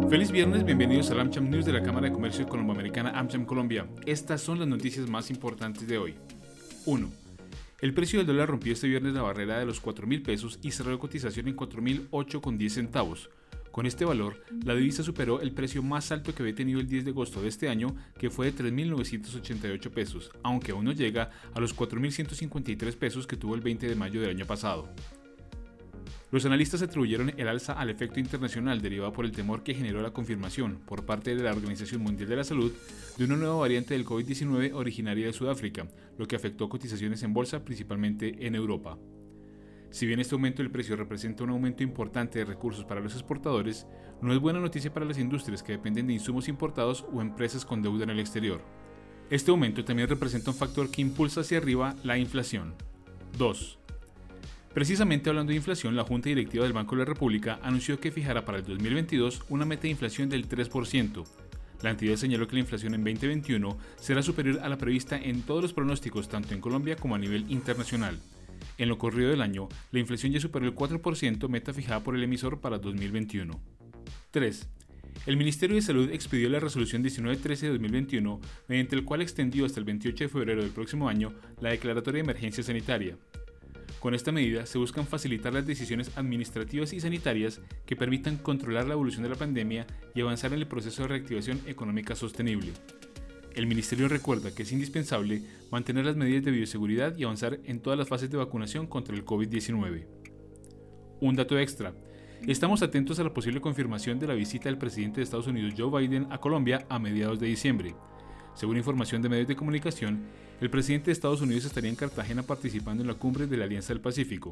Feliz viernes, bienvenidos al AmCham News de la Cámara de Comercio Colomboamericana AmCham Colombia. Estas son las noticias más importantes de hoy. 1. El precio del dólar rompió este viernes la barrera de los 4.000 pesos y cerró la cotización en 4.008,10 centavos. Con este valor, la divisa superó el precio más alto que había tenido el 10 de agosto de este año, que fue de 3.988 pesos, aunque aún no llega a los 4.153 pesos que tuvo el 20 de mayo del año pasado. Los analistas atribuyeron el alza al efecto internacional derivado por el temor que generó la confirmación, por parte de la Organización Mundial de la Salud, de una nueva variante del COVID-19 originaria de Sudáfrica, lo que afectó cotizaciones en bolsa principalmente en Europa. Si bien este aumento del precio representa un aumento importante de recursos para los exportadores, no es buena noticia para las industrias que dependen de insumos importados o empresas con deuda en el exterior. Este aumento también representa un factor que impulsa hacia arriba la inflación. 2. Precisamente hablando de inflación, la Junta Directiva del Banco de la República anunció que fijará para el 2022 una meta de inflación del 3%. La entidad señaló que la inflación en 2021 será superior a la prevista en todos los pronósticos, tanto en Colombia como a nivel internacional. En lo corrido del año, la inflación ya superó el 4%, meta fijada por el emisor para 2021. 3. El Ministerio de Salud expidió la resolución 1913 de 2021, mediante el cual extendió hasta el 28 de febrero del próximo año la declaratoria de emergencia sanitaria. Con esta medida se buscan facilitar las decisiones administrativas y sanitarias que permitan controlar la evolución de la pandemia y avanzar en el proceso de reactivación económica sostenible. El Ministerio recuerda que es indispensable mantener las medidas de bioseguridad y avanzar en todas las fases de vacunación contra el COVID-19. Un dato extra. Estamos atentos a la posible confirmación de la visita del presidente de Estados Unidos Joe Biden a Colombia a mediados de diciembre. Según información de medios de comunicación, el presidente de Estados Unidos estaría en Cartagena participando en la cumbre de la Alianza del Pacífico.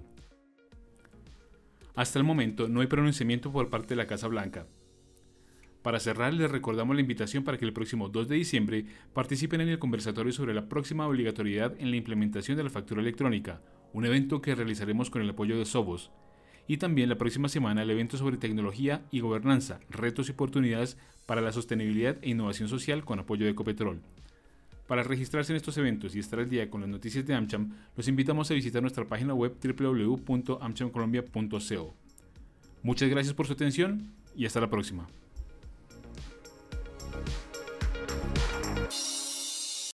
Hasta el momento no hay pronunciamiento por parte de la Casa Blanca. Para cerrar, les recordamos la invitación para que el próximo 2 de diciembre participen en el conversatorio sobre la próxima obligatoriedad en la implementación de la factura electrónica, un evento que realizaremos con el apoyo de Sovos. Y también la próxima semana el evento sobre tecnología y gobernanza, retos y oportunidades para la sostenibilidad e innovación social con apoyo de Ecopetrol. Para registrarse en estos eventos y estar al día con las noticias de AmCham, los invitamos a visitar nuestra página web www.amchamcolombia.co. Muchas gracias por su atención y hasta la próxima.